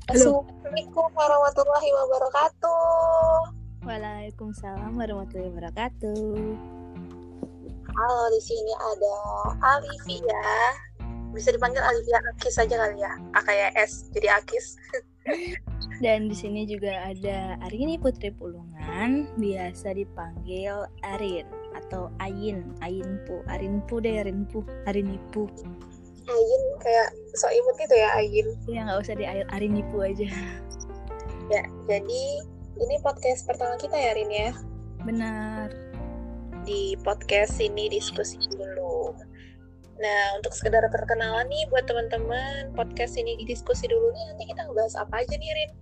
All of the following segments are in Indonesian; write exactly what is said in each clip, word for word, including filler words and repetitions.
Halo. Assalamualaikum warahmatullahi wabarakatuh. Waalaikumsalam warahmatullahi wabarakatuh. Halo, di sini ada Alivia. Bisa dipanggil Alivia Akis saja kali ya. A kayak S, jadi Akis. Dan di sini juga ada Arini Putri Pulungan, biasa dipanggil Arin atau Ayin, Ayinpu, Arinpu deh, Arinpu, Arinipu. Ayin kayak sok imut gitu ya, Ayin. Ya nggak usah di Arinipu aja. Ya, jadi ini podcast pertama kita ya, Rin ya. Benar. Di podcast ini diskusi dulu. Nah, untuk sekedar perkenalan nih buat teman-teman, podcast ini diskusi dulu nih, nanti kita ngebahas apa aja nih, Rin?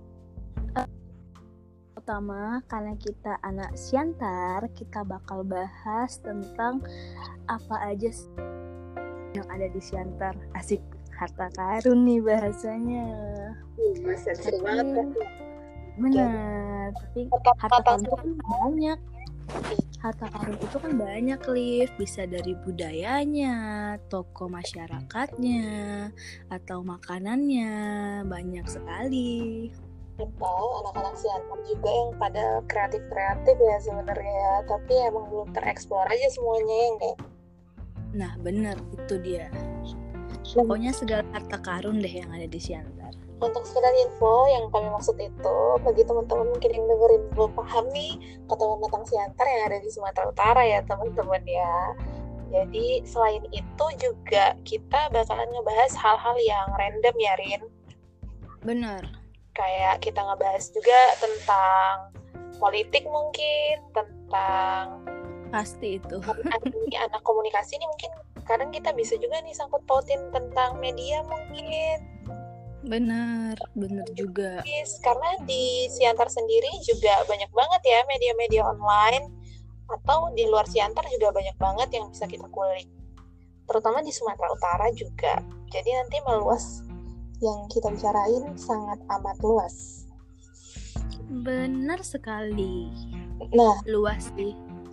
Pertama, karena kita anak Siantar, kita bakal bahas tentang apa aja yang ada di Siantar. Asik, harta karun nih bahasanya. Masa seru banget kan? Benar, tapi harta karun itu kan banyak. Harta karun itu kan banyak, Liv. Bisa dari budayanya, tokoh masyarakatnya, atau makanannya. Banyak sekali. Atau anak-anak Siantar juga yang pada kreatif-kreatif ya sebenarnya ya, tapi emang belum tereksplor aja semuanya ya enggak? Nah, benar, itu dia. Pokoknya segala harta karun deh yang ada di Siantar. Untuk sekedar info yang kami maksud itu, bagi teman-teman mungkin yang dengerin belum paham nih kota-kota Siantar yang ada di Sumatera Utara ya teman-teman ya. Jadi selain itu juga kita bakalan ngebahas hal-hal yang random ya, Rin. Benar. Kayak kita ngebahas juga tentang politik mungkin, tentang pasti itu. Anak komunikasi nih mungkin kadang kita bisa juga nih sangkut pautin tentang media mungkin. Benar, benar juga. Karena di Siantar sendiri juga banyak banget ya media-media online, atau di luar Siantar juga banyak banget yang bisa kita kulik. Terutama di Sumatera Utara juga. Jadi nanti meluas, yang kita bicarain sangat amat luas. Benar sekali. Nah, luas sih.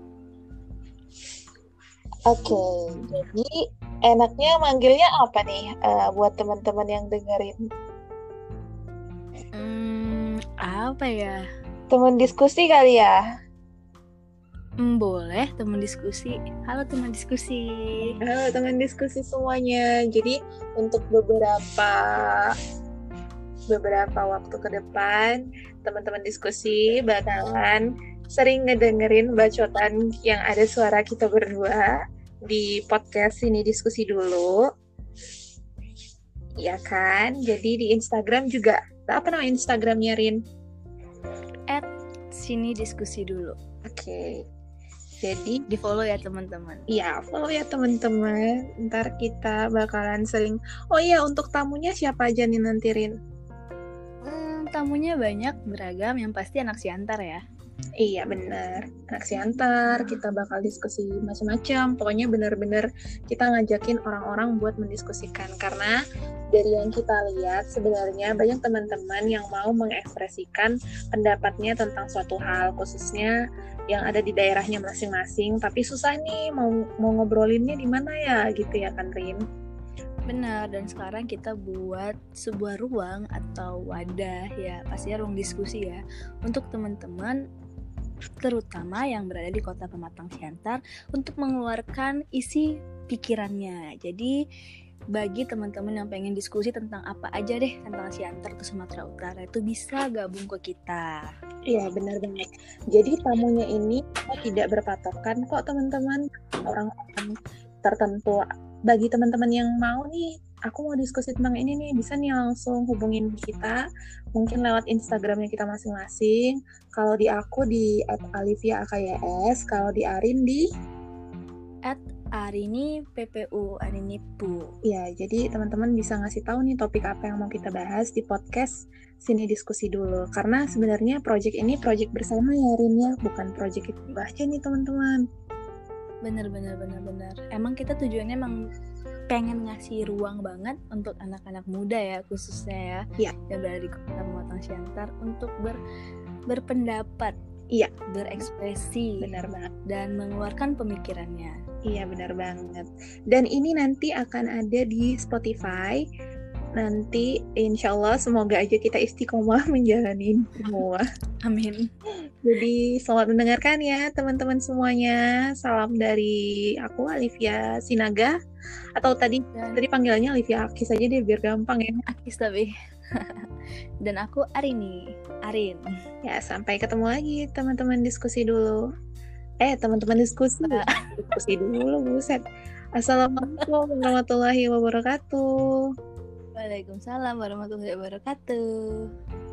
Oke, okay, jadi enaknya manggilnya apa nih uh, buat teman-teman yang dengerin? Hmm, apa ya? Teman diskusi kali ya? Hmm, boleh, teman diskusi. Halo teman diskusi. Halo teman diskusi semuanya. Jadi untuk beberapa beberapa waktu ke depan, teman-teman diskusi bakalan sering ngedengerin bacotan yang ada suara kita berdua di podcast ini diskusi dulu, ya kan? Jadi di Instagram juga, apa nama Instagramnya, Rin? At sini diskusi dulu. Oke, okay. Jadi di follow ya teman-teman. Iya, follow ya teman-teman. Ntar kita bakalan sering. Oh iya, untuk tamunya siapa aja nih nanti, Rin? Hmm, tamunya banyak, beragam, yang pasti anak Siantar ya. Iya benar, anak Siantar, kita bakal diskusi macam-macam. Pokoknya benar-benar kita ngajakin orang-orang buat mendiskusikan. Karena dari yang kita lihat sebenarnya banyak teman-teman yang mau mengekspresikan pendapatnya tentang suatu hal, khususnya yang ada di daerahnya masing-masing. Tapi susah nih mau mau ngobrolinnya di mana ya gitu ya kan, Rin? Benar, dan sekarang kita buat sebuah ruang atau wadah ya, pastinya ruang diskusi ya, untuk teman-teman terutama yang berada di Kota Pematang Siantar untuk mengeluarkan isi pikirannya. Jadi bagi teman-teman yang pengen diskusi tentang apa aja deh tentang Siantar atau Sumatera Utara, itu bisa gabung ke kita. Iya benar banget. Jadi tamunya ini tidak berpatokan kok teman-teman, orang-orang tertentu. Bagi teman-teman yang mau nih, aku mau diskusi tentang ini nih, bisa nih langsung hubungin kita, mungkin lewat Instagramnya kita masing-masing. Kalau di aku di at alivia akys, kalau di Arin di at arini ppu arini pu. Ya, jadi teman-teman bisa ngasih tahu nih topik apa yang mau kita bahas di podcast sini diskusi dulu. Karena sebenarnya project ini project bersama ya, Rin ya, bukan project itu aja nih teman-teman. Bener bener bener bener. Emang kita tujuannya emang pengen ngasih ruang banget untuk anak-anak muda ya, khususnya ya, ya. yang berada di Kota Pematang Siantar untuk ber, berpendapat, iya, berekspresi, benar banget, dan mengeluarkan pemikirannya. Iya benar banget. Dan ini nanti akan ada di Spotify. nanti insya Allah semoga aja kita istiqomah menjalani semua. Amin. Jadi selamat mendengarkan ya teman-teman semuanya. Salam dari aku Alivia Sinaga, atau tadi Dan tadi panggilannya Alivia Akis aja deh biar gampang ya. Akis tapi. Dan aku Arini, Arin. Ya, sampai ketemu lagi teman-teman diskusi dulu. Eh, teman-teman diskusi. Diskusi dulu, buset. Assalamualaikum warahmatullahi wabarakatuh. Waalaikumsalam warahmatullahi wabarakatuh.